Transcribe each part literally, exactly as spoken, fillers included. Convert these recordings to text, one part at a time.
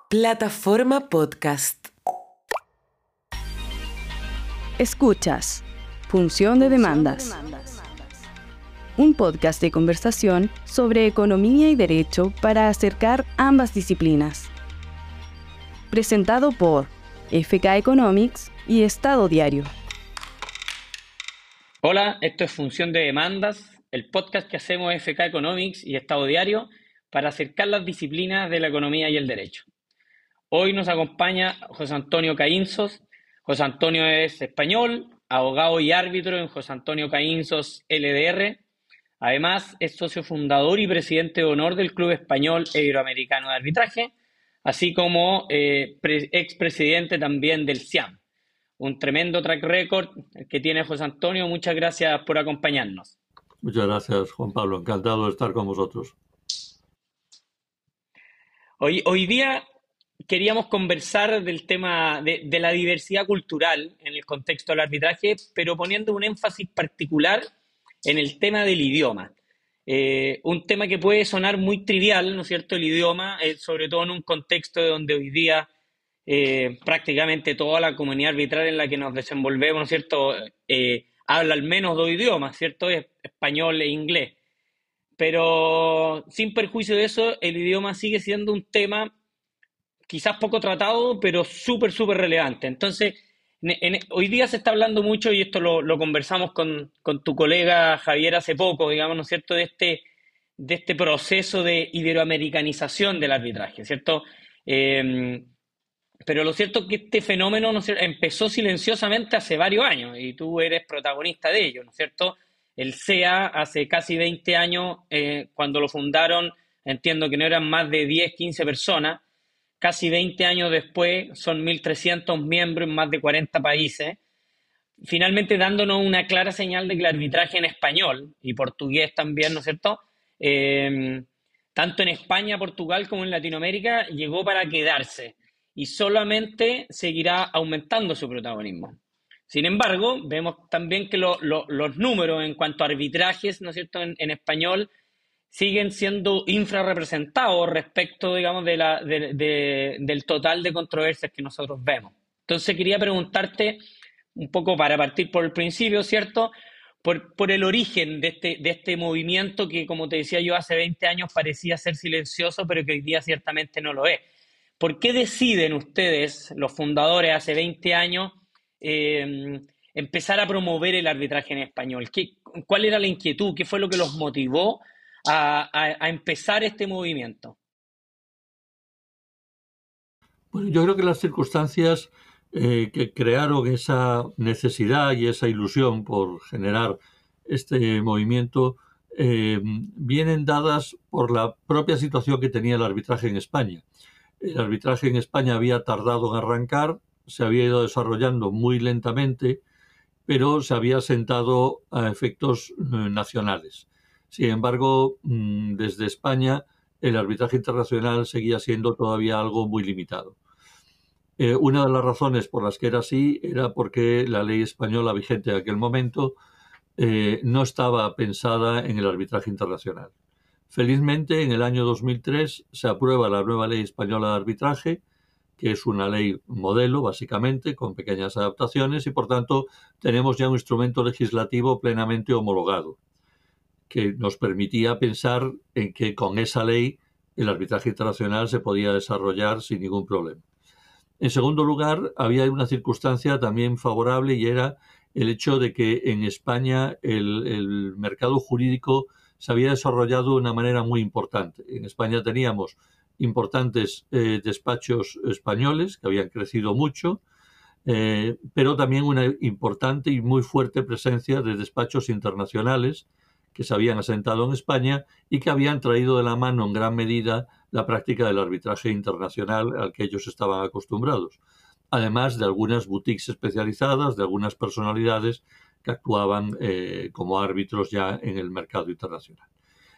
Plataforma Podcast. Escuchas Función de Demandas, un podcast de conversación sobre economía y derecho para acercar ambas disciplinas. Presentado por F K Economics y Estado Diario. Hola, esto es Función de Demandas, el podcast que hacemos F K Economics y Estado Diario para acercar las disciplinas de la economía y el derecho. Hoy nos acompaña José Antonio Caínzos. José Antonio es español, abogado y árbitro en José Antonio Caínzos L D R. Además, es socio fundador y presidente de honor del Club Español e Iberoamericano de Arbitraje, así como eh, pre- expresidente también del C I A M. Un tremendo track record que tiene José Antonio. Muchas gracias por acompañarnos. Muchas gracias, Juan Pablo. Encantado de estar con vosotros. Hoy, hoy día queríamos conversar del tema de, de la diversidad cultural en el contexto del arbitraje, pero poniendo un énfasis particular en el tema del idioma. Eh, un tema que puede sonar muy trivial, ¿no es cierto?, el idioma, eh, sobre todo en un contexto donde hoy día eh, prácticamente toda la comunidad arbitral en la que nos desenvolvemos, ¿no es cierto?, eh, habla al menos dos idiomas, ¿cierto?, es español e inglés. Pero sin perjuicio de eso, el idioma sigue siendo un tema quizás poco tratado, pero súper, súper relevante. Entonces, en, en, hoy día se está hablando mucho, y esto lo, lo conversamos con, con tu colega Javier hace poco, digamos, ¿no es cierto?, de este, de este proceso de iberoamericanización del arbitraje, ¿cierto? Eh, pero lo cierto es que este fenómeno, ¿no es cierto?, empezó silenciosamente hace varios años, y tú eres protagonista de ello, ¿no es cierto? El C E A hace casi veinte años, eh, cuando lo fundaron, entiendo que no eran más de diez, quince personas. Casi veinte años después son mil trescientos miembros en más de cuarenta países, finalmente dándonos una clara señal de que el arbitraje en español y portugués también, ¿no es cierto?, Eh, tanto en España, Portugal como en Latinoamérica, llegó para quedarse y solamente seguirá aumentando su protagonismo. Sin embargo, vemos también que lo, lo, los números en cuanto a arbitrajes, ¿no es cierto?, en, en español siguen siendo infrarrepresentados respecto, digamos, de la, de, de, del total de controversias que nosotros vemos. Entonces quería preguntarte un poco, para partir por el principio, ¿cierto?, por, por el origen de este, de este movimiento que, como te decía yo, hace veinte años parecía ser silencioso, pero que hoy día ciertamente no lo es. ¿Por qué deciden ustedes, los fundadores, hace veinte años, eh, empezar a promover el arbitraje en español? ¿Qué, ¿Cuál era la inquietud? ¿Qué fue lo que los motivó A, a, a empezar este movimiento? Bueno, yo creo que las circunstancias eh, que crearon esa necesidad y esa ilusión por generar este movimiento eh, vienen dadas por la propia situación que tenía el arbitraje en España. El arbitraje en España había tardado en arrancar, se había ido desarrollando muy lentamente, pero se había sentado a efectos eh, nacionales. Sin embargo, desde España el arbitraje internacional seguía siendo todavía algo muy limitado. Eh, una de las razones por las que era así era porque la ley española vigente en aquel momento eh, no estaba pensada en el arbitraje internacional. Felizmente, en el año dos mil tres se aprueba la nueva ley española de arbitraje, que es una ley modelo, básicamente, con pequeñas adaptaciones, y por tanto tenemos ya un instrumento legislativo plenamente homologado, que nos permitía pensar en que con esa ley el arbitraje internacional se podía desarrollar sin ningún problema. En segundo lugar, había una circunstancia también favorable, y era el hecho de que en España el, el mercado jurídico se había desarrollado de una manera muy importante. En España teníamos importantes eh, despachos españoles que habían crecido mucho, eh, pero también una importante y muy fuerte presencia de despachos internacionales que se habían asentado en España y que habían traído de la mano en gran medida la práctica del arbitraje internacional al que ellos estaban acostumbrados, además de algunas boutiques especializadas, de algunas personalidades que actuaban eh, como árbitros ya en el mercado internacional.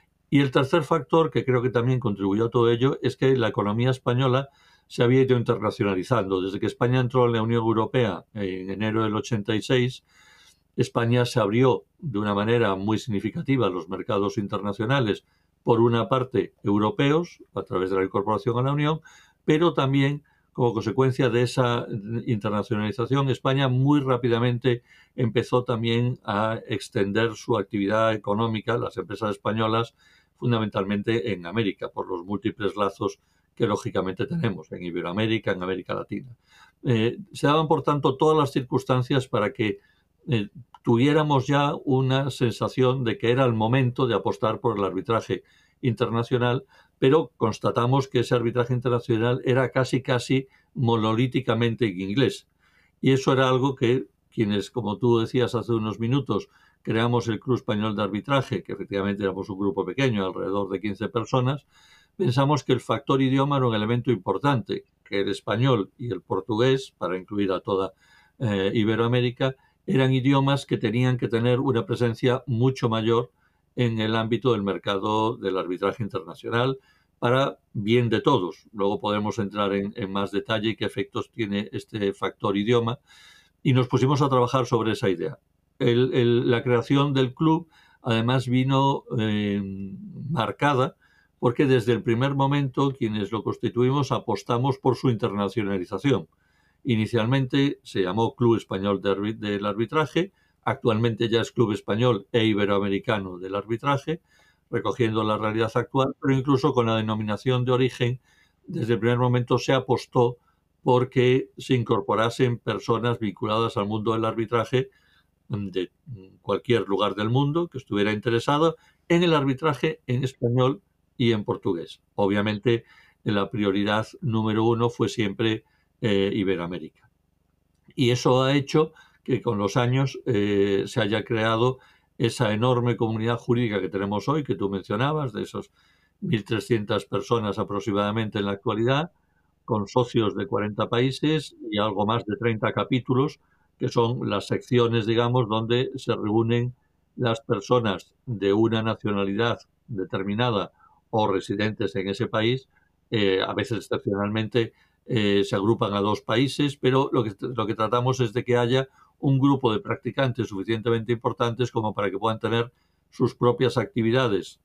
Y el tercer factor, que creo que también contribuyó a todo ello, es que la economía española se había ido internacionalizando. Desde que España entró en la Unión Europea en enero del ochenta y seis, España se abrió de una manera muy significativa a los mercados internacionales, por una parte europeos, a través de la incorporación a la Unión, pero también como consecuencia de esa internacionalización, España muy rápidamente empezó también a extender su actividad económica, las empresas españolas, fundamentalmente en América, por los múltiples lazos que lógicamente tenemos en Iberoamérica, en América Latina. Eh, se daban, por tanto, todas las circunstancias para que eh, tuviéramos ya una sensación de que era el momento de apostar por el arbitraje internacional, pero constatamos que ese arbitraje internacional era casi, casi monolíticamente en inglés. Y eso era algo que quienes, como tú decías hace unos minutos, creamos el Club Español de Arbitraje, que efectivamente éramos un grupo pequeño, alrededor de quince personas, pensamos que el factor idioma era un elemento importante, que el español y el portugués, para incluir a toda eh, Iberoamérica, eran idiomas que tenían que tener una presencia mucho mayor en el ámbito del mercado del arbitraje internacional, para bien de todos. Luego podemos entrar en, en más detalle qué efectos tiene este factor idioma, y nos pusimos a trabajar sobre esa idea. El, el, la creación del club además vino eh, marcada porque desde el primer momento quienes lo constituimos apostamos por su internacionalización. Inicialmente se llamó Club Español de, del Arbitraje, actualmente ya es Club Español e Iberoamericano del Arbitraje, recogiendo la realidad actual, pero incluso con la denominación de origen, desde el primer momento se apostó porque se incorporasen personas vinculadas al mundo del arbitraje de cualquier lugar del mundo que estuviera interesado en el arbitraje en español y en portugués. Obviamente, la prioridad número uno fue siempre eh, Iberoamérica. Y eso ha hecho que con los años eh, se haya creado esa enorme comunidad jurídica que tenemos hoy, que tú mencionabas, de esos mil trescientas personas aproximadamente en la actualidad, con socios de cuarenta países y algo más de treinta capítulos, que son las secciones, digamos, donde se reúnen las personas de una nacionalidad determinada o residentes en ese país. Eh, a veces, excepcionalmente, eh, se agrupan a dos países, pero lo que, lo que tratamos es de que haya un grupo de practicantes suficientemente importantes como para que puedan tener sus propias actividades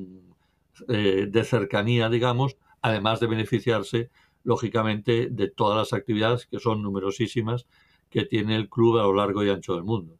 eh, de cercanía, digamos, además de beneficiarse, lógicamente, de todas las actividades, que son numerosísimas, que tiene el club a lo largo y ancho del mundo.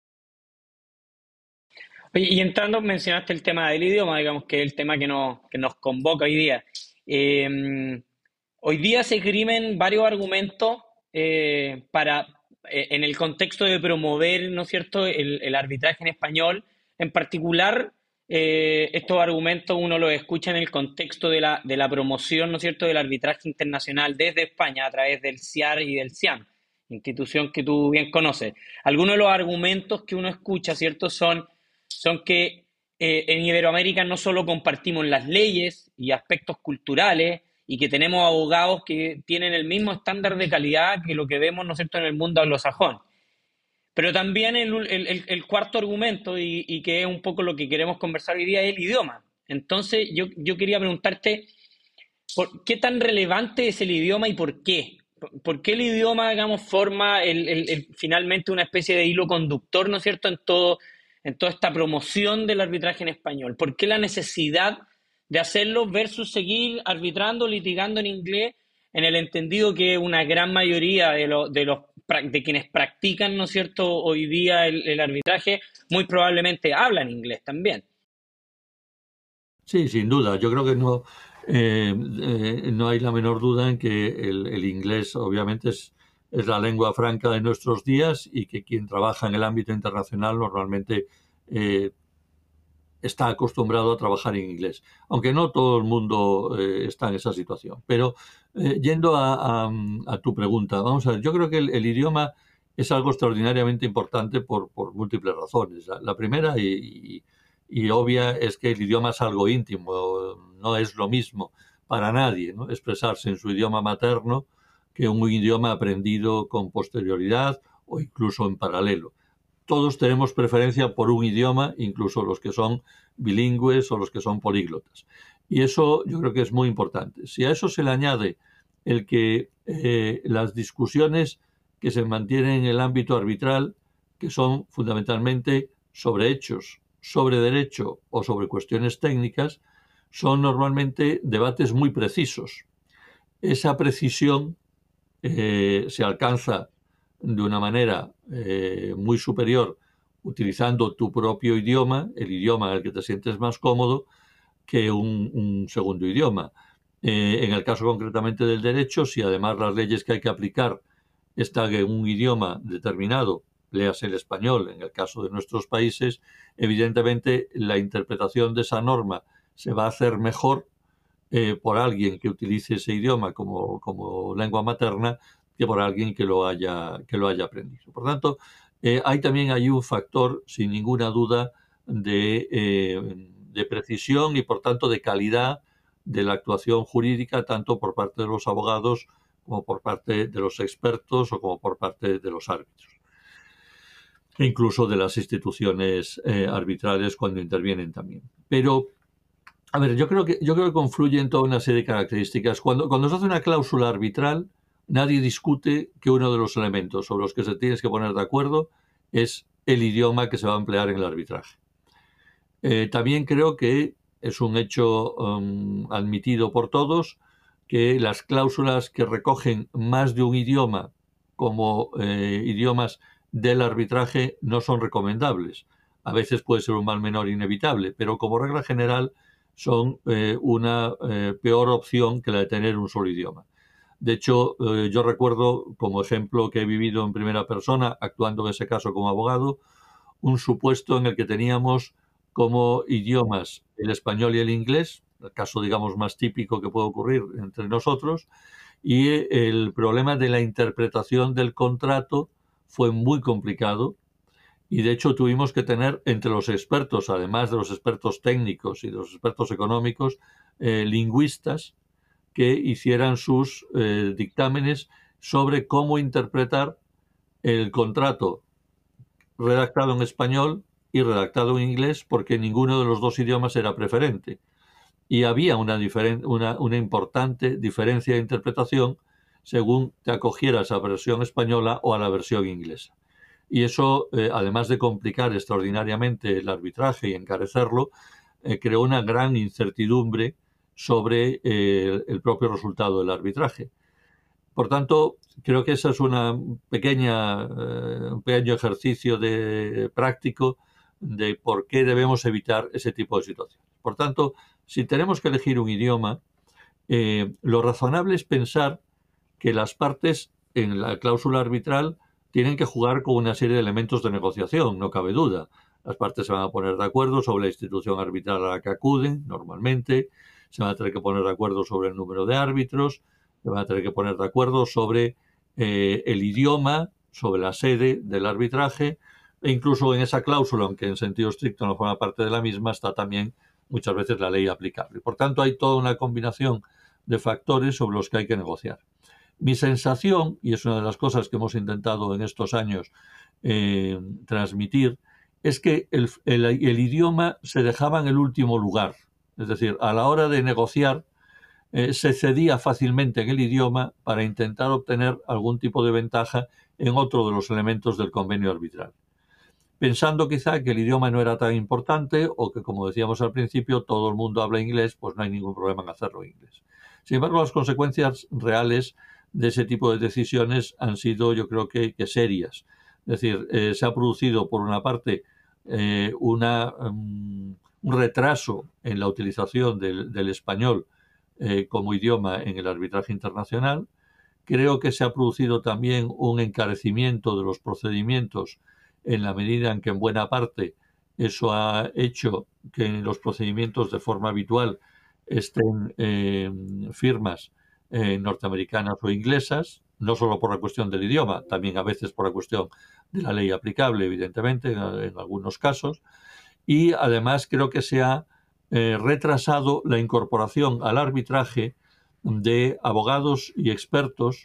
Oye, y entrando, mencionaste el tema del idioma, digamos que es el tema que nos, que nos convoca hoy día. Eh, hoy día se esgrimen varios argumentos eh, para, eh, en el contexto de promover, ¿no es cierto?, el, el arbitraje en español. En particular, eh, estos argumentos uno los escucha en el contexto de la, de la promoción, ¿no es cierto?, del arbitraje internacional desde España a través del C I A R y del C I A M, institución que tú bien conoces. Algunos de los argumentos que uno escucha, ¿cierto?, son, son que eh, en Iberoamérica no solo compartimos las leyes y aspectos culturales y que tenemos abogados que tienen el mismo estándar de calidad que lo que vemos, ¿no es cierto?, en el mundo anglosajón. Pero también el, el, el cuarto argumento, y, y que es un poco lo que queremos conversar hoy día, es el idioma. Entonces, yo, yo quería preguntarte, ¿por qué tan relevante es el idioma y por qué? ¿Por qué el idioma, digamos, forma el, el, el, finalmente una especie de hilo conductor, ¿no es cierto?, en, todo, en toda esta promoción del arbitraje en español? ¿Por qué la necesidad de hacerlo versus seguir arbitrando, litigando en inglés, en el entendido que una gran mayoría de, lo, de, los, de quienes practican, ¿no es cierto?, hoy día el, el arbitraje, muy probablemente hablan inglés también? Sí, sin duda. Yo creo que no... Eh, eh, no hay la menor duda en que el, el inglés obviamente es, es la lengua franca de nuestros días y que quien trabaja en el ámbito internacional normalmente eh, está acostumbrado a trabajar en inglés, aunque no todo el mundo eh, está en esa situación. Pero eh, yendo a, a, a tu pregunta, vamos a ver, yo creo que el, el idioma es algo extraordinariamente importante por, por múltiples razones. La, la primera y, y Y obvia es que el idioma es algo íntimo, no es lo mismo para nadie, ¿no?, expresarse en su idioma materno que un idioma aprendido con posterioridad o incluso en paralelo. Todos tenemos preferencia por un idioma, incluso los que son bilingües o los que son políglotas. Y eso yo creo que es muy importante. Si a eso se le añade el que eh, las discusiones que se mantienen en el ámbito arbitral, que son fundamentalmente sobre hechos, sobre derecho o sobre cuestiones técnicas, son normalmente debates muy precisos. esa precisión eh, se alcanza de una manera eh, muy superior utilizando tu propio idioma, el idioma en el que te sientes más cómodo, que un, un segundo idioma. Eh, en el caso concretamente del derecho, si además las leyes que hay que aplicar están en un idioma determinado, léase el español en el caso de nuestros países, evidentemente la interpretación de esa norma se va a hacer mejor eh, por alguien que utilice ese idioma como, como lengua materna que por alguien que lo haya, que lo haya aprendido. Por tanto, eh, hay también hay un factor, sin ninguna duda, de, eh, de precisión y, por tanto, de calidad de la actuación jurídica, tanto por parte de los abogados como por parte de los expertos o como por parte de los árbitros. E incluso de las instituciones eh, arbitrales cuando intervienen también. Pero, a ver, yo creo que, yo creo que confluyen toda una serie de características. Cuando, cuando se hace una cláusula arbitral, nadie discute que uno de los elementos sobre los que se tienes que poner de acuerdo es el idioma que se va a emplear en el arbitraje. Eh, también creo que es un hecho um, admitido por todos que las cláusulas que recogen más de un idioma como eh, idiomas del arbitraje no son recomendables. A veces puede ser un mal menor inevitable, pero como regla general son eh, una eh, peor opción que la de tener un solo idioma. De hecho, eh, yo recuerdo, como ejemplo que he vivido en primera persona, actuando en ese caso como abogado, un supuesto en el que teníamos como idiomas el español y el inglés, el caso, digamos, más típico que puede ocurrir entre nosotros, y el problema de la interpretación del contrato fue muy complicado y, de hecho, tuvimos que tener entre los expertos, además de los expertos técnicos y de los expertos económicos, eh, lingüistas que hicieran sus eh, dictámenes sobre cómo interpretar el contrato redactado en español y redactado en inglés, porque ninguno de los dos idiomas era preferente. Y había una, diferen- una, una importante diferencia de interpretación según te acogieras a la versión española o a la versión inglesa. Y eso, eh, además de complicar extraordinariamente el arbitraje y encarecerlo, eh, creó una gran incertidumbre sobre eh, el propio resultado del arbitraje. Por tanto, creo que ese es una pequeña, eh, un pequeño ejercicio de, práctico de por qué debemos evitar ese tipo de situaciones. Por tanto, si tenemos que elegir un idioma, eh, lo razonable es pensar que las partes en la cláusula arbitral tienen que jugar con una serie de elementos de negociación, no cabe duda. Las partes se van a poner de acuerdo sobre la institución arbitral a la que acuden, normalmente, se van a tener que poner de acuerdo sobre el número de árbitros, se van a tener que poner de acuerdo sobre eh, el idioma, sobre la sede del arbitraje, e incluso en esa cláusula, aunque en sentido estricto no forma parte de la misma, está también muchas veces la ley aplicable. Por tanto, hay toda una combinación de factores sobre los que hay que negociar. Mi sensación, y es una de las cosas que hemos intentado en estos años eh, transmitir, es que el, el, el idioma se dejaba en el último lugar. Es decir, a la hora de negociar, eh, se cedía fácilmente en el idioma para intentar obtener algún tipo de ventaja en otro de los elementos del convenio arbitral, pensando quizá que el idioma no era tan importante o que, como decíamos al principio, todo el mundo habla inglés, pues no hay ningún problema en hacerlo en inglés. Sin embargo, las consecuencias reales de ese tipo de decisiones han sido, yo creo que, que serias. Es decir, eh, se ha producido, por una parte, eh, una, um, un retraso en la utilización del, del español eh, como idioma en el arbitraje internacional. Creo que se ha producido también un encarecimiento de los procedimientos en la medida en que en buena parte eso ha hecho que en los procedimientos de forma habitual estén eh, firmas eh, norteamericanas o inglesas, no solo por la cuestión del idioma, también a veces por la cuestión de la ley aplicable, evidentemente, en, en algunos casos. Y además creo que se ha eh, retrasado la incorporación al arbitraje de abogados y expertos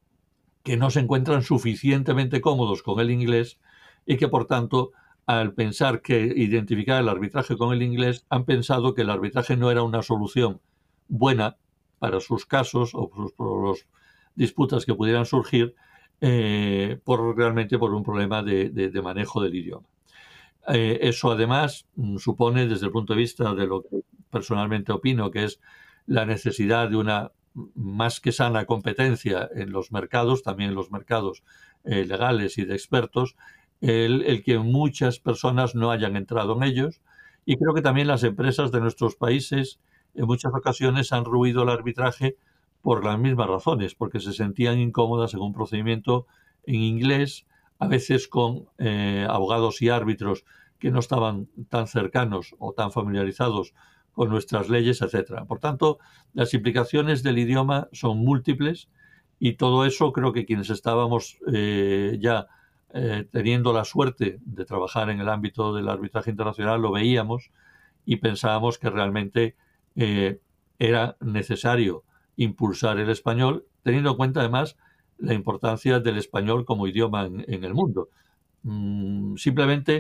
que no se encuentran suficientemente cómodos con el inglés y que, por tanto, al pensar que identificar el arbitraje con el inglés, han pensado que el arbitraje no era una solución buena para sus casos o por las disputas que pudieran surgir eh, por realmente por un problema de, de, de manejo del idioma. Eh, eso, además, supone, desde el punto de vista de lo que personalmente opino, que es la necesidad de una más que sana competencia en los mercados, también en los mercados eh, legales y de expertos, el, el que muchas personas no hayan entrado en ellos. Y creo que también las empresas de nuestros países en muchas ocasiones han ruido el arbitraje por las mismas razones, porque se sentían incómodas en un procedimiento en inglés, a veces con eh, abogados y árbitros que no estaban tan cercanos o tan familiarizados con nuestras leyes, etcétera. Por tanto, las implicaciones del idioma son múltiples y todo eso creo que quienes estábamos eh, ya eh, teniendo la suerte de trabajar en el ámbito del arbitraje internacional lo veíamos y pensábamos que realmente eh, era necesario impulsar el español, teniendo en cuenta además la importancia del español como idioma en, en el mundo. Mm, simplemente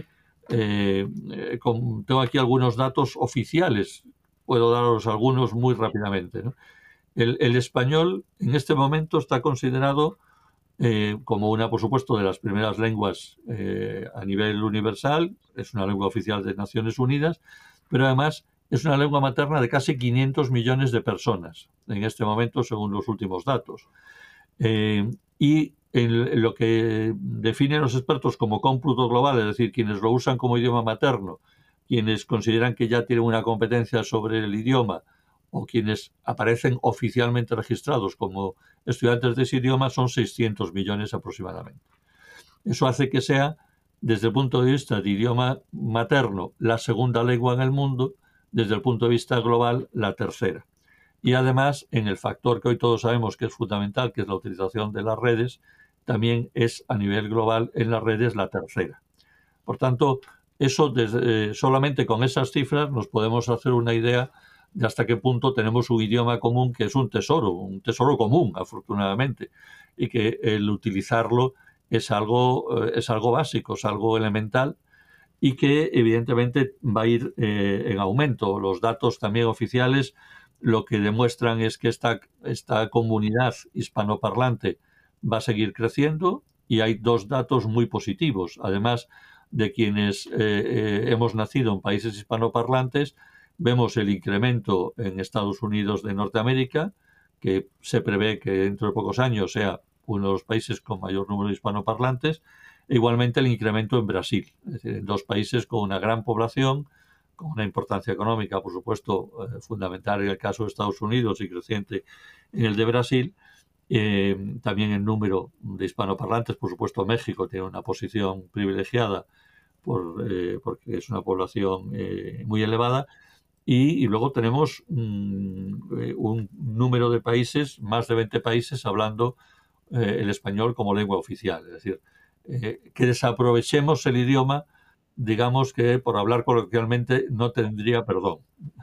eh, eh, con, tengo aquí algunos datos oficiales, puedo daros algunos muy rápidamente, ¿no? El, el español en este momento está considerado eh, como una, por supuesto, de las primeras lenguas eh, a nivel universal, es una lengua oficial de Naciones Unidas, pero además es una lengua materna de casi quinientos millones de personas en este momento, según los últimos datos. Eh, y en lo que definen los expertos como cómputo global, es decir, quienes lo usan como idioma materno, quienes consideran que ya tienen una competencia sobre el idioma o quienes aparecen oficialmente registrados como estudiantes de ese idioma, son seiscientos millones aproximadamente. Eso hace que sea, desde el punto de vista de idioma materno, la segunda lengua en el mundo, desde el punto de vista global, la tercera. Y además, en el factor que hoy todos sabemos que es fundamental, que es la utilización de las redes, también es a nivel global en las redes la tercera. Por tanto, eso desde, eh, solamente con esas cifras nos podemos hacer una idea de hasta qué punto tenemos un idioma común que es un tesoro, un tesoro común, afortunadamente, y que el utilizarlo es algo, eh, es algo básico, es algo elemental y que evidentemente va a ir eh, en aumento. Los datos también oficiales lo que demuestran es que esta, esta comunidad hispanoparlante va a seguir creciendo y hay dos datos muy positivos. Además de quienes eh, eh, hemos nacido en países hispanoparlantes, vemos el incremento en Estados Unidos de Norteamérica, que se prevé que dentro de pocos años sea uno de los países con mayor número de hispanoparlantes, e igualmente el incremento en Brasil, es decir, en dos países con una gran población, con una importancia económica, por supuesto, eh, fundamental en el caso de Estados Unidos y creciente en el de Brasil. Eh, también el número de hispanoparlantes, por supuesto, México tiene una posición privilegiada por, eh, porque es una población eh, muy elevada. Y, y luego tenemos mm, un número de países, más de veinte países, hablando eh, el español como lengua oficial. Es decir, eh, que desaprovechemos el idioma, digamos que por hablar coloquialmente no tendría perdón.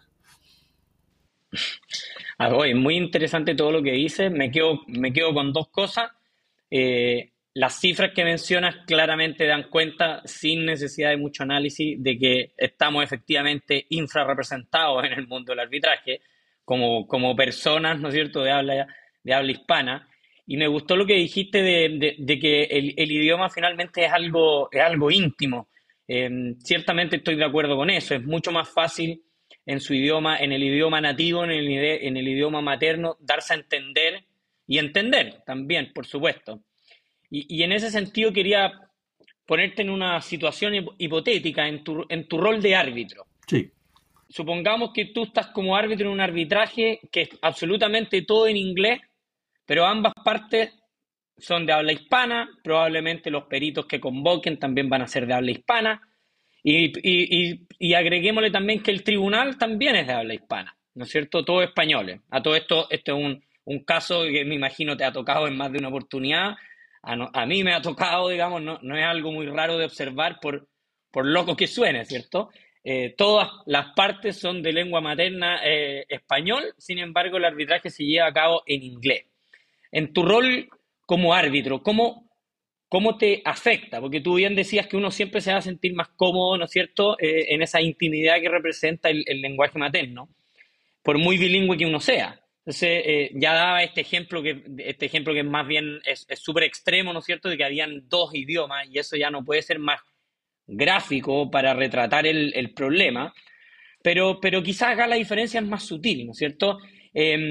Ah, oye, muy interesante todo lo que dices. Me quedo, me quedo con dos cosas. Eh, las cifras que mencionas claramente dan cuenta, sin necesidad de mucho análisis, de que estamos efectivamente infrarrepresentados en el mundo del arbitraje como, como personas, ¿no es cierto?, de habla, de habla hispana. Y me gustó lo que dijiste de, de, de que el, el idioma finalmente es algo, es algo íntimo. Eh, ciertamente estoy de acuerdo con eso. Es mucho más fácil en su idioma, en el idioma nativo, en el, en el idioma materno, darse a entender y entender también, por supuesto. Y, y en ese sentido quería ponerte en una situación hipotética, en tu, en tu rol de árbitro. Sí. Supongamos que tú estás como árbitro en un arbitraje que es absolutamente todo en inglés, pero ambas partes son de habla hispana, probablemente los peritos que convoquen también van a ser de habla hispana, y, y, y, y agreguémosle también que el tribunal también es de habla hispana, ¿no es cierto? Todos españoles. A todo esto, este es un, un caso que me imagino te ha tocado en más de una oportunidad. A, no, a mí me ha tocado, digamos, no, no es algo muy raro de observar por, por loco que suene, ¿cierto? Eh, todas las partes son de lengua materna eh, español, sin embargo el arbitraje se lleva a cabo en inglés. En tu rol como árbitro, ¿cómo, cómo te afecta? Porque tú bien decías que uno siempre se va a sentir más cómodo, ¿no es cierto?, eh, en esa intimidad que representa el, el lenguaje materno, por muy bilingüe que uno sea. Entonces, eh, ya daba este ejemplo que este ejemplo que más bien es súper extremo, ¿no es cierto?, de que habían dos idiomas y eso ya no puede ser más gráfico para retratar el, el problema, pero, pero quizás acá la diferencia es más sutil, ¿no es cierto? Eh,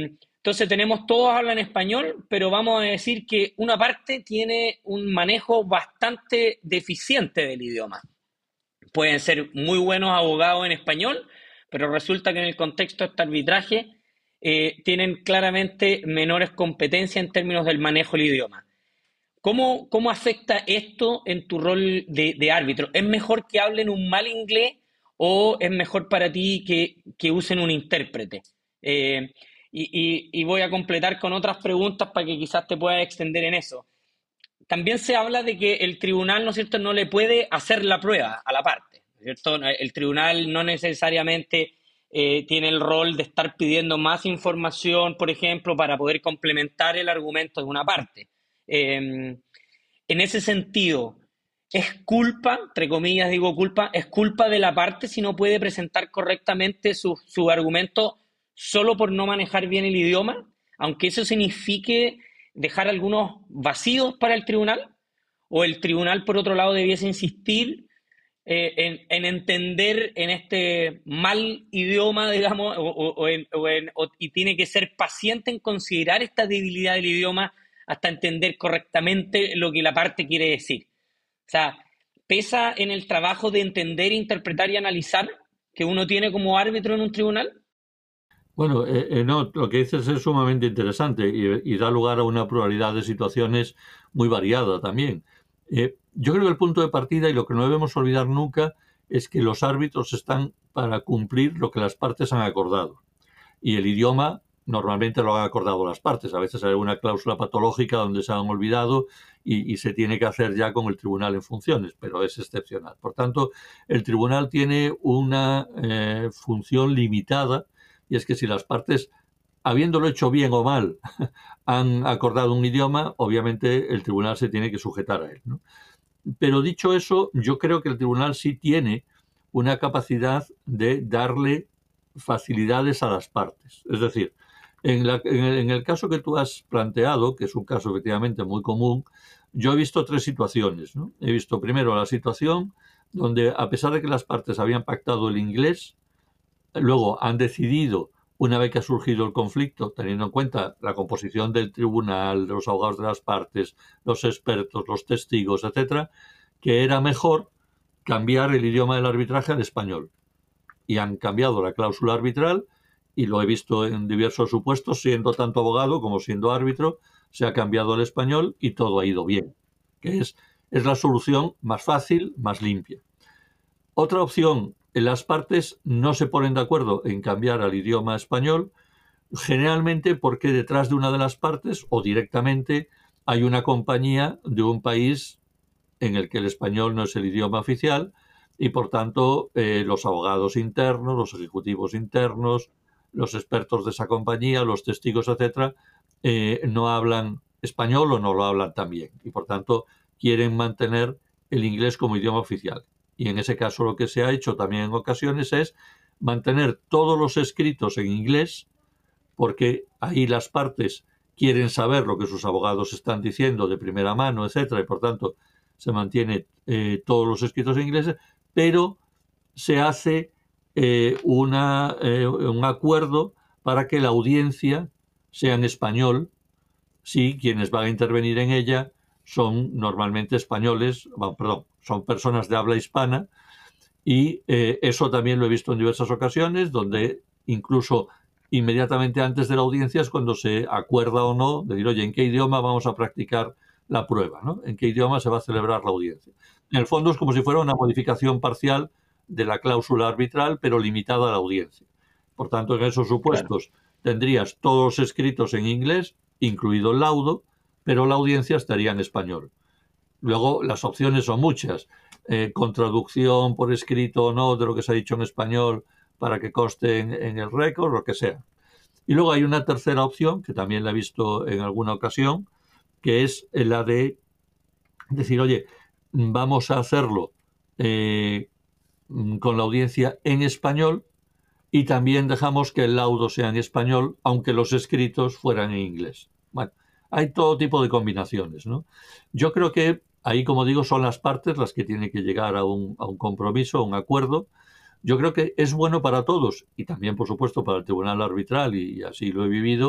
Entonces tenemos, todos hablan español, pero vamos a decir que una parte tiene un manejo bastante deficiente del idioma. Pueden ser muy buenos abogados en español, pero resulta que en el contexto de este arbitraje eh, tienen claramente menores competencias en términos del manejo del idioma. ¿Cómo, cómo afecta esto en tu rol de, de árbitro? ¿Es mejor que hablen un mal inglés o es mejor para ti que, que usen un intérprete? Eh, y, y, y voy a completar con otras preguntas para que quizás te puedas extender en eso. También se habla de que el tribunal, ¿no es cierto?, no le puede hacer la prueba a la parte, ¿no es cierto? El tribunal no necesariamente eh, tiene el rol de estar pidiendo más información, por ejemplo, para poder complementar el argumento de una parte. Eh, en ese sentido, ¿es culpa, entre comillas digo culpa, es culpa de la parte si no puede presentar correctamente su, su argumento solo por no manejar bien el idioma, aunque eso signifique dejar algunos vacíos para el tribunal? ¿O el tribunal, por otro lado, debiese insistir eh, en, en entender en este mal idioma, digamos, o, o, o en, o en, o, y tiene que ser paciente en considerar esta debilidad del idioma hasta entender correctamente lo que la parte quiere decir? O sea, ¿pesa en el trabajo de entender, interpretar y analizar que uno tiene como árbitro en un tribunal? Bueno, eh, eh, no, lo que dices es sumamente interesante y, y da lugar a una pluralidad de situaciones muy variada también. Eh, yo creo que el punto de partida, y lo que no debemos olvidar nunca, es que los árbitros están para cumplir lo que las partes han acordado. Y el idioma normalmente lo han acordado las partes. A veces hay una cláusula patológica donde se han olvidado y, y se tiene que hacer ya con el tribunal en funciones, pero es excepcional. Por tanto, el tribunal tiene una eh, función limitada. Y es que si las partes, habiéndolo hecho bien o mal, han acordado un idioma, obviamente el tribunal se tiene que sujetar a él, ¿no? Pero dicho eso, yo creo que el tribunal sí tiene una capacidad de darle facilidades a las partes. Es decir, en, la, en, el, en el caso que tú has planteado, que es un caso efectivamente muy común, yo he visto tres situaciones, ¿no? He visto primero la situación donde, a pesar de que las partes habían pactado el inglés, luego han decidido, una vez que ha surgido el conflicto, teniendo en cuenta la composición del tribunal, los abogados de las partes, los expertos, los testigos, etcétera, que era mejor cambiar el idioma del arbitraje al español. Y han cambiado la cláusula arbitral, y lo he visto en diversos supuestos, siendo tanto abogado como siendo árbitro, se ha cambiado al español y todo ha ido bien, que es, es la solución más fácil, más limpia. Otra opción: las partes no se ponen de acuerdo en cambiar al idioma español, generalmente porque detrás de una de las partes o directamente hay una compañía de un país en el que el español no es el idioma oficial y, por tanto, eh, los abogados internos, los ejecutivos internos, los expertos de esa compañía, los testigos, etcétera, eh, no hablan español o no lo hablan tan bien y, por tanto, quieren mantener el inglés como idioma oficial. Y en ese caso lo que se ha hecho también en ocasiones es mantener todos los escritos en inglés, porque ahí las partes quieren saber lo que sus abogados están diciendo de primera mano, etcétera, y por tanto se mantiene eh, todos los escritos en inglés, pero se hace eh, una, eh, un acuerdo para que la audiencia sea en español, si quienes van a intervenir en ella son normalmente españoles, bueno, perdón, son personas de habla hispana, y eh, eso también lo he visto en diversas ocasiones, donde incluso inmediatamente antes de la audiencia es cuando se acuerda o no de decir, oye, ¿en qué idioma vamos a practicar la prueba, ¿no? ¿En qué idioma se va a celebrar la audiencia? En el fondo es como si fuera una modificación parcial de la cláusula arbitral, pero limitada a la audiencia. Por tanto, en esos supuestos claro, tendrías todos escritos en inglés, incluido el laudo, pero la audiencia estaría en español. Luego, las opciones son muchas. Eh, con traducción por escrito o no de lo que se ha dicho en español para que conste en, en el récord, lo que sea. Y luego hay una tercera opción, que también la he visto en alguna ocasión, que es la de decir, oye, vamos a hacerlo eh, con la audiencia en español y también dejamos que el laudo sea en español, aunque los escritos fueran en inglés. Bueno, hay todo tipo de combinaciones, ¿no? Yo creo que ahí, como digo, son las partes las que tienen que llegar a un, a un compromiso, a un acuerdo. Yo creo que es bueno para todos, y también, por supuesto, para el tribunal arbitral, y así lo he vivido,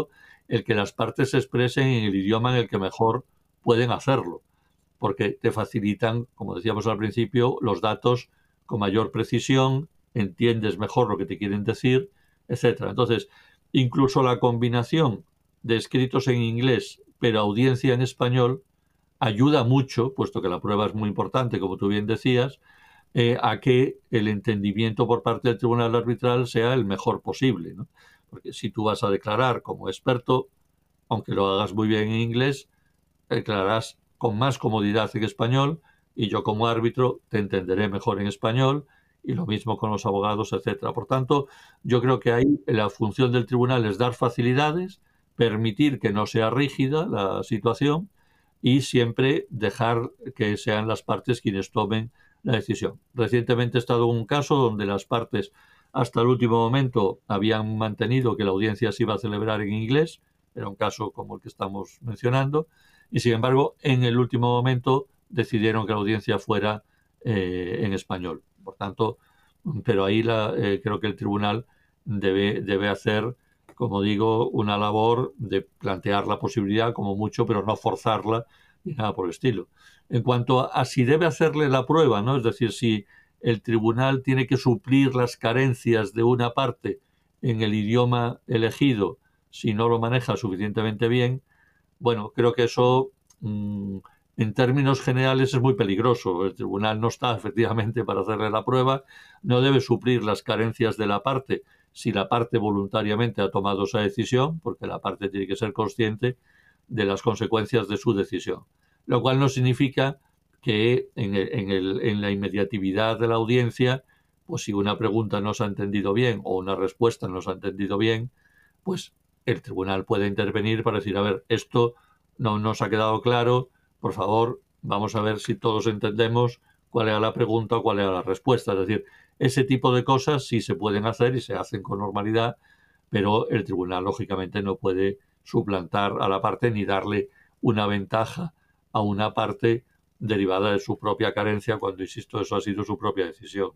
el que las partes se expresen en el idioma en el que mejor pueden hacerlo, porque te facilitan, como decíamos al principio, los datos con mayor precisión, entiendes mejor lo que te quieren decir, etcétera. Entonces, incluso la combinación de escritos en inglés pero audiencia en español ayuda mucho, puesto que la prueba es muy importante, como tú bien decías, eh, a que el entendimiento por parte del tribunal arbitral sea el mejor posible, ¿no? Porque si tú vas a declarar como experto, aunque lo hagas muy bien en inglés, declararás con más comodidad en español y yo como árbitro te entenderé mejor en español y lo mismo con los abogados, etcétera. Por tanto, yo creo que ahí la función del tribunal es dar facilidades, permitir que no sea rígida la situación y siempre dejar que sean las partes quienes tomen la decisión. Recientemente he estado en un caso donde las partes hasta el último momento habían mantenido que la audiencia se iba a celebrar en inglés, era un caso como el que estamos mencionando, y sin embargo en el último momento decidieron que la audiencia fuera eh, en español. Por tanto, pero ahí la, eh, creo que el tribunal debe, debe hacer, como digo, una labor de plantear la posibilidad como mucho, pero no forzarla ni nada por el estilo. En cuanto a, a si debe hacerle la prueba, ¿no? Es decir, si el tribunal tiene que suplir las carencias de una parte en el idioma elegido, si no lo maneja suficientemente bien, bueno, creo que eso mmm, en términos generales es muy peligroso. El tribunal no está efectivamente para hacerle la prueba, no debe suplir las carencias de la parte si la parte voluntariamente ha tomado esa decisión, porque la parte tiene que ser consciente de las consecuencias de su decisión. Lo cual no significa que en, el, en, el, en la inmediatividad de la audiencia, pues si una pregunta no se ha entendido bien o una respuesta no se ha entendido bien, pues el tribunal puede intervenir para decir, a ver, esto no nos ha quedado claro, por favor, vamos a ver si todos entendemos cuál era la pregunta o cuál era la respuesta. Es decir, ese tipo de cosas sí se pueden hacer y se hacen con normalidad, pero el tribunal, lógicamente, no puede suplantar a la parte ni darle una ventaja a una parte derivada de su propia carencia, cuando, insisto, eso ha sido su propia decisión.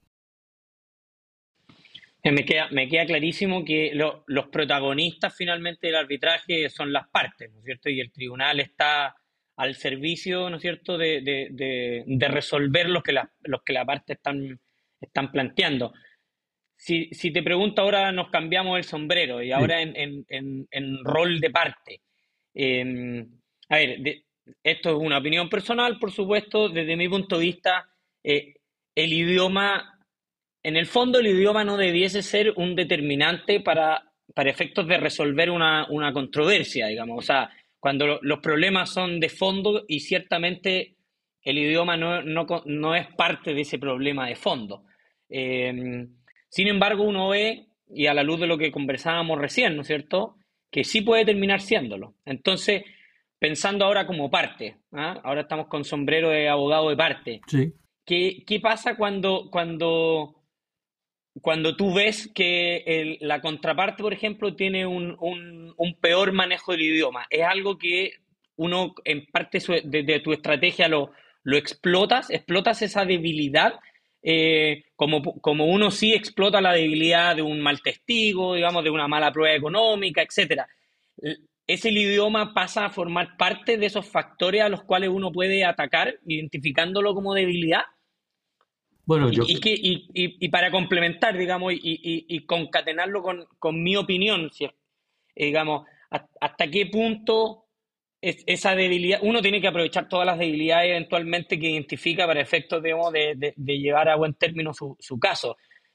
Me queda, me queda clarísimo que lo, los protagonistas finalmente del arbitraje son las partes, ¿no es cierto? Y el tribunal está al servicio, ¿no es cierto?, de, de, de, de resolver los que la, los que la parte están, están planteando. Si, si te pregunto ahora, nos cambiamos el sombrero y ahora en, en, en, en rol de parte. Eh, a ver, de, esto es una opinión personal, por supuesto. Desde mi punto de vista, eh, el idioma, en el fondo el idioma no debiese ser un determinante para, para efectos de resolver una, una controversia, digamos. O sea, cuando lo, los problemas son de fondo y ciertamente el idioma no, no, no es parte de ese problema de fondo. Eh, sin embargo, uno ve, y a la luz de lo que conversábamos recién, ¿no es cierto?, que sí puede terminar siéndolo. Entonces, pensando ahora como parte, ¿eh? Ahora estamos con sombrero de abogado de parte. Sí. ¿Qué, qué pasa cuando, cuando, cuando tú ves que el, la contraparte, por ejemplo, tiene un, un, un peor manejo del idioma? ¿Es algo que uno, en parte de, de tu estrategia, lo, lo explotas? ¿Explotas esa debilidad? Eh, como, como uno sí explota la debilidad de un mal testigo, digamos, de una mala prueba económica, etcétera. ¿Es el idioma pasa a formar parte de esos factores a los cuales uno puede atacar, identificándolo como debilidad? Bueno, yo... y, y, que, y, y, y para complementar, digamos, y, y, y concatenarlo con, con mi opinión, si, digamos, hasta qué punto es, esa debilidad, uno tiene que aprovechar todas las debilidades eventualmente que identifica para efectos, digamos, de, de, de llevar a buen término su, su caso.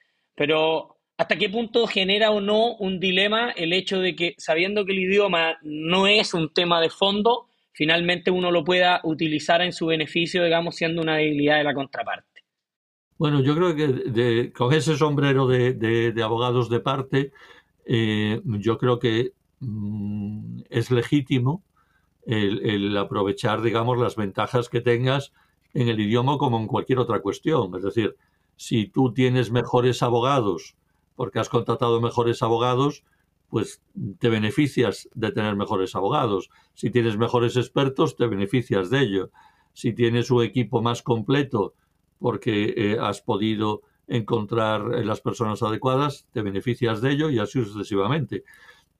Pero ¿hasta qué punto genera o no un dilema el hecho de que, sabiendo que el idioma no es un tema de fondo, finalmente uno lo pueda utilizar en su beneficio, digamos, siendo una debilidad de la contraparte? Bueno, yo creo que de, con ese sombrero de, de, de abogados de parte, eh, yo creo que mmm, es legítimo el, el aprovechar, digamos, las ventajas que tengas en el idioma como en cualquier otra cuestión. Es decir, si tú tienes mejores abogados porque has contratado mejores abogados, pues te beneficias de tener mejores abogados. Si tienes mejores expertos, te beneficias de ello. Si tienes un equipo más completo porque eh, has podido encontrar las personas adecuadas, te beneficias de ello y así sucesivamente.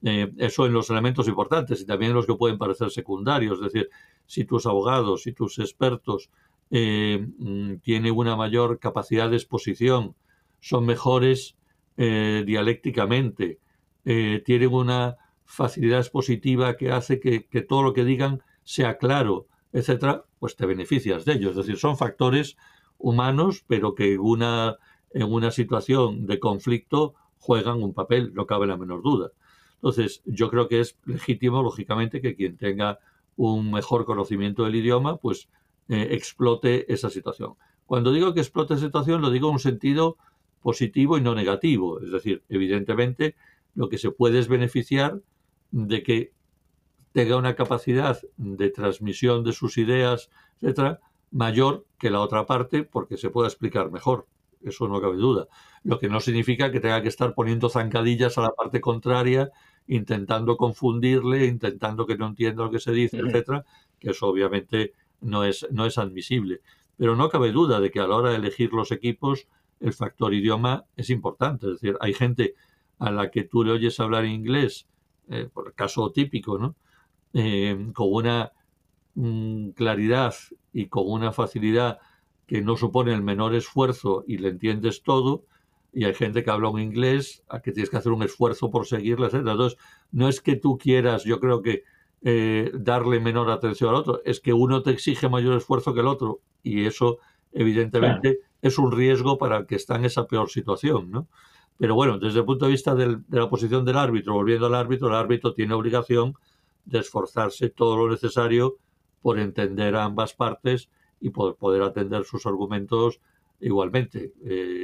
Eh, eso en los elementos importantes y también en los que pueden parecer secundarios. Es decir, si tus abogados, si tus expertos eh, tienen una mayor capacidad de exposición, son mejores eh, dialécticamente, eh, tienen una facilidad expositiva que hace que, que todo lo que digan sea claro, etcétera, pues te beneficias de ello. Es decir, son factores humanos, pero que en una, en una situación de conflicto juegan un papel, no cabe la menor duda. Entonces, yo creo que es legítimo, lógicamente, que quien tenga un mejor conocimiento del idioma, pues eh, explote esa situación. Cuando digo que explote esa situación, lo digo en un sentido positivo y no negativo. Es decir, evidentemente, lo que se puede es beneficiar de que tenga una capacidad de transmisión de sus ideas, etcétera, mayor que la otra parte, porque se pueda explicar mejor. Eso no cabe duda. Lo que no significa que tenga que estar poniendo zancadillas a la parte contraria, intentando confundirle, intentando que no entienda lo que se dice, etcétera, que eso obviamente no es, no es admisible. Pero no cabe duda de que a la hora de elegir los equipos, el factor idioma es importante. Es decir, hay gente a la que tú le oyes hablar inglés, eh, por el caso típico, ¿no? Eh, con una mm, claridad y con una facilidad que no supone el menor esfuerzo y le entiendes todo, y hay gente que habla un inglés a que tienes que hacer un esfuerzo por seguirla, etcétera. Entonces, no es que tú quieras, yo creo que eh, darle menor atención al otro, es que uno te exige mayor esfuerzo que el otro, y eso evidentemente claro, es un riesgo para el que está en esa peor situación, ¿no? Pero bueno, desde el punto de vista del, de la posición del árbitro, volviendo al árbitro, el árbitro tiene obligación de esforzarse todo lo necesario por entender a ambas partes y por poder atender sus argumentos igualmente.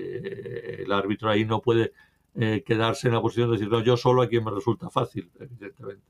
Eh, el árbitro ahí no puede eh, quedarse en la posición de decir, no, yo solo a quien me resulta fácil, evidentemente.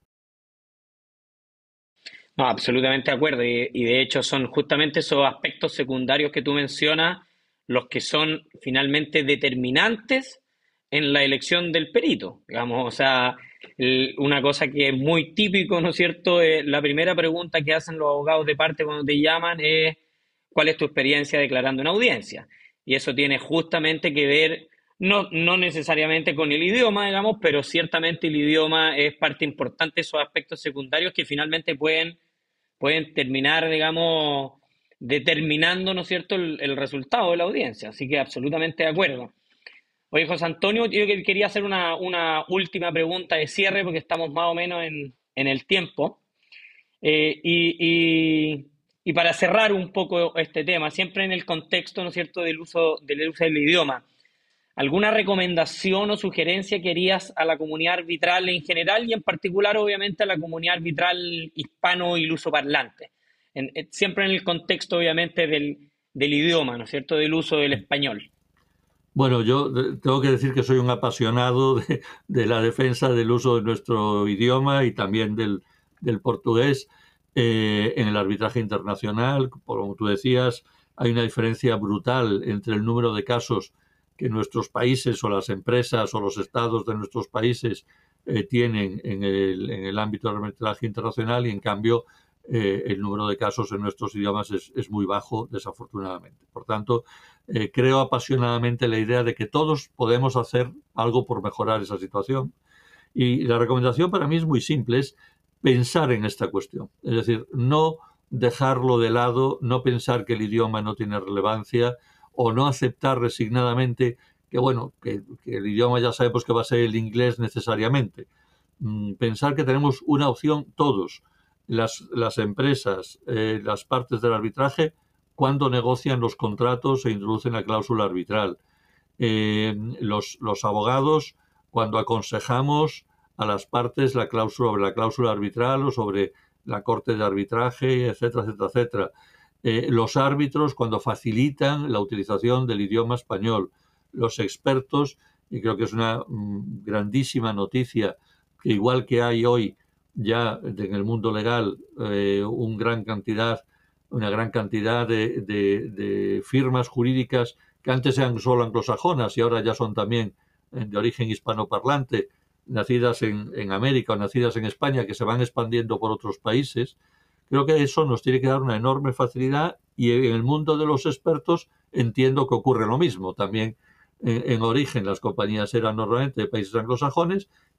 No, absolutamente de acuerdo. Y, y de hecho son justamente esos aspectos secundarios que tú mencionas los que son finalmente determinantes en la elección del perito. Digamos, o sea, el, una cosa que es muy típico, ¿no es cierto? Eh, la primera pregunta que hacen los abogados de parte cuando te llaman es ¿cuál es tu experiencia declarando una audiencia? Y eso tiene justamente que ver, no, no necesariamente con el idioma, digamos, pero ciertamente el idioma es parte importante de esos aspectos secundarios que finalmente pueden, pueden terminar, digamos, determinando, ¿no es cierto?, el, el resultado de la audiencia. Así que absolutamente de acuerdo. Oye, José Antonio, yo quería hacer una, una última pregunta de cierre porque estamos más o menos en, en el tiempo. Eh, y, y, y para cerrar un poco este tema, siempre en el contexto, ¿no es cierto?, del uso, del uso del idioma, ¿alguna recomendación o sugerencia que harías a la comunidad arbitral en general y en particular, obviamente, a la comunidad arbitral hispano y lusoparlante? En, siempre en el contexto, obviamente, del, del idioma, ¿no es cierto?, del uso del español. Bueno, yo tengo que decir que soy un apasionado de, de la defensa del uso de nuestro idioma y también del, del portugués eh, en el arbitraje internacional. Como tú decías, hay una diferencia brutal entre el número de casos que nuestros países o las empresas o los estados de nuestros países eh, tienen en el, en el ámbito del arbitraje internacional y, en cambio, eh, el número de casos en nuestros idiomas es, es muy bajo, desafortunadamente. Por tanto, eh, creo apasionadamente la idea de que todos podemos hacer algo por mejorar esa situación. Y la recomendación para mí es muy simple, es pensar en esta cuestión. Es decir, no dejarlo de lado, no pensar que el idioma no tiene relevancia o no aceptar resignadamente que, bueno, que, que el idioma ya sabemos que va a ser el inglés necesariamente. Mm, pensar que tenemos una opción todos, las, las empresas, eh, las partes del arbitraje, cuando negocian los contratos e introducen la cláusula arbitral. Eh, los, los abogados, cuando aconsejamos a las partes la cláusula, sobre la cláusula arbitral o sobre la corte de arbitraje, etcétera, etcétera, etcétera. Eh, los árbitros, cuando facilitan la utilización del idioma español. Los expertos, y creo que es una mm, grandísima noticia, que igual que hay hoy ya en el mundo legal eh, un gran cantidad, una gran cantidad de, de, de firmas jurídicas que antes eran solo anglosajonas y ahora ya son también de origen hispanoparlante, nacidas en, en América o nacidas en España, que se van expandiendo por otros países. Creo que eso nos tiene que dar una enorme facilidad y en el mundo de los expertos entiendo que ocurre lo mismo. También en, en origen las compañías eran normalmente de países anglosajones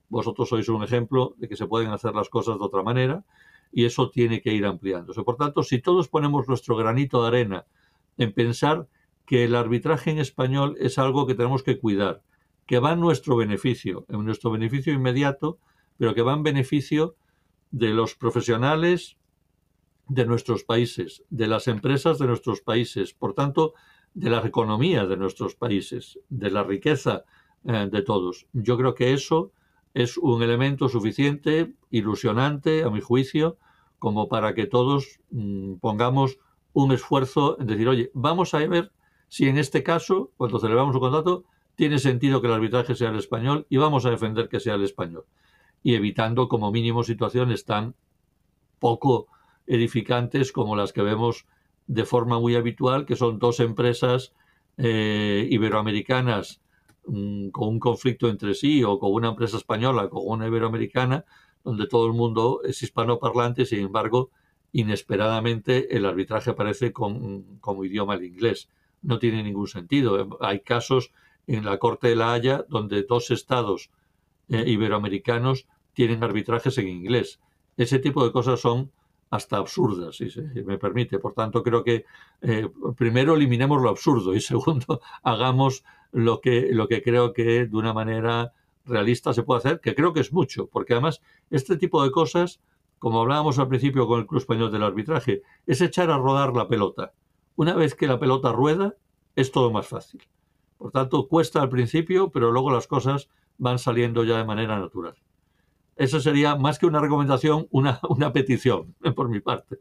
vosotros sois un ejemplo de que se pueden hacer las cosas de otra manera y eso tiene que ir ampliándose. Por tanto, si todos ponemos nuestro granito de arena en pensar que el arbitraje en español es algo que tenemos que cuidar, que va en nuestro beneficio, en nuestro beneficio inmediato, pero que va en beneficio de los profesionales de nuestros países, de las empresas de nuestros países, por tanto, de la economía de nuestros países, de la riqueza eh, de todos. Yo creo que eso es un elemento suficiente, ilusionante, a mi juicio, como para que todos mmm, pongamos un esfuerzo en decir, oye, vamos a ver si en este caso, cuando celebramos un contrato, tiene sentido que el arbitraje sea el español y vamos a defender que sea el español. Y evitando como mínimo situaciones tan poco edificantes como las que vemos de forma muy habitual, que son dos empresas eh, iberoamericanas mmm, con un conflicto entre sí, o con una empresa española con una iberoamericana, donde todo el mundo es hispanoparlante, sin embargo, inesperadamente el arbitraje aparece con, como idioma el inglés. No tiene ningún sentido. Hay casos en la Corte de la Haya donde dos estados eh, iberoamericanos tienen arbitrajes en inglés. Ese tipo de cosas son hasta absurdas, si se me permite. Por tanto, creo que eh, primero eliminemos lo absurdo y segundo, hagamos lo que, lo que creo que de una manera realista se puede hacer, que creo que es mucho, porque además este tipo de cosas, como hablábamos al principio con el Club Español del Arbitraje, es echar a rodar la pelota. Una vez que la pelota rueda, es todo más fácil. Por tanto, cuesta al principio, pero luego las cosas van saliendo ya de manera natural. Eso sería, más que una recomendación, una, una petición, por mi parte.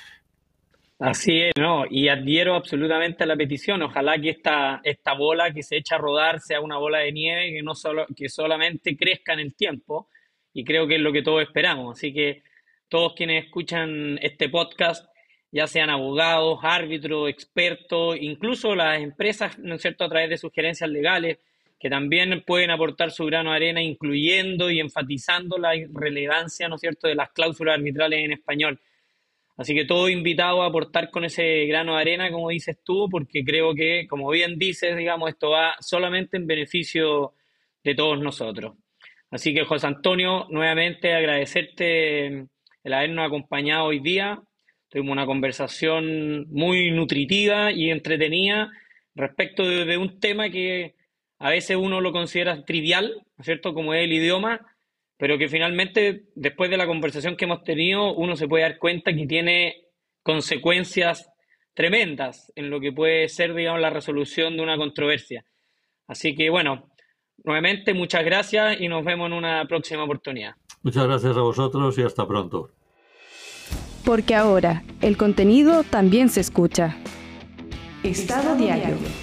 Así es, ¿no? Y adhiero absolutamente a la petición. Ojalá que esta, esta bola que se echa a rodar sea una bola de nieve que, no solo, que solamente crezca en el tiempo. Y creo que es lo que todos esperamos. Así que todos quienes escuchan este podcast, ya sean abogados, árbitros, expertos, incluso las empresas, ¿no es cierto?, a través de sugerencias legales, que también pueden aportar su grano de arena, incluyendo y enfatizando la relevancia, ¿no es cierto?, de las cláusulas arbitrales en español. Así que todo invitado a aportar con ese grano de arena, como dices tú, porque creo que, como bien dices, digamos, esto va solamente en beneficio de todos nosotros. Así que, José Antonio, nuevamente agradecerte el habernos acompañado hoy día. Tuvimos una conversación muy nutritiva y entretenida respecto de, de un tema que a veces uno lo considera trivial, ¿no es cierto?, como es el idioma, pero que finalmente, después de la conversación que hemos tenido, uno se puede dar cuenta que tiene consecuencias tremendas en lo que puede ser, digamos, la resolución de una controversia. Así que, bueno, nuevamente, muchas gracias y nos vemos en una próxima oportunidad. Muchas gracias a vosotros y hasta pronto. Porque ahora el contenido también se escucha. Estado Diario.